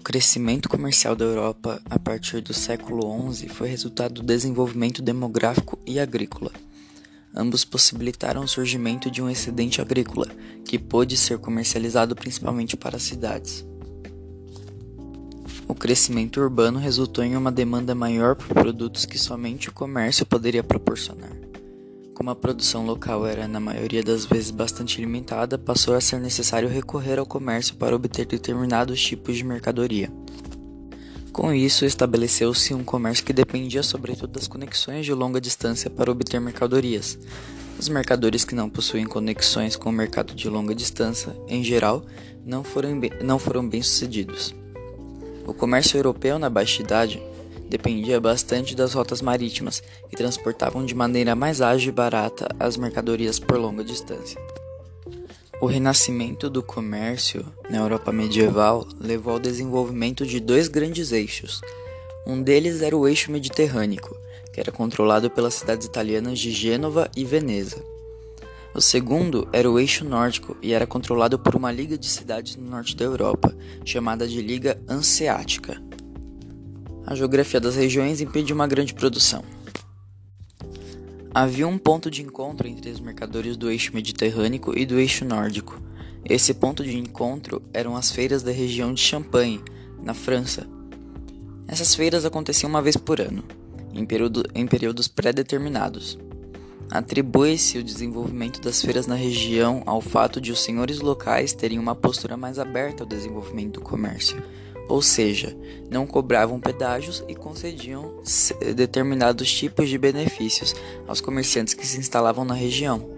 crescimento comercial da Europa a partir do século XI foi resultado do desenvolvimento demográfico e agrícola. Ambos possibilitaram o surgimento de um excedente agrícola, que pôde ser comercializado principalmente para as cidades. O crescimento urbano resultou em uma demanda maior por produtos que somente o comércio poderia proporcionar. Como a produção local era, na maioria das vezes, bastante limitada, passou a ser necessário recorrer ao comércio para obter determinados tipos de mercadoria. Com isso, estabeleceu-se um comércio que dependia sobretudo das conexões de longa distância para obter mercadorias. Os mercadores que não possuem conexões com o mercado de longa distância, em geral, não foram bem-sucedidos. O comércio europeu na Baixa Idade dependia bastante das rotas marítimas, que transportavam de maneira mais ágil e barata as mercadorias por longa distância. O renascimento do comércio na Europa medieval levou ao desenvolvimento de dois grandes eixos. Um deles era o eixo mediterrâneo, que era controlado pelas cidades italianas de Gênova e Veneza. O segundo era o eixo nórdico e era controlado por uma liga de cidades no norte da Europa, chamada de Liga Hanseática. A geografia das regiões impedia uma grande produção. Havia um ponto de encontro entre os mercadores do eixo mediterrâneo e do eixo nórdico. Esse ponto de encontro eram as feiras da região de Champagne, na França. Essas feiras aconteciam uma vez por ano, em períodos pré-determinados. Atribui-se o desenvolvimento das feiras na região ao fato de os senhores locais terem uma postura mais aberta ao desenvolvimento do comércio, ou seja, não cobravam pedágios e concediam determinados tipos de benefícios aos comerciantes que se instalavam na região.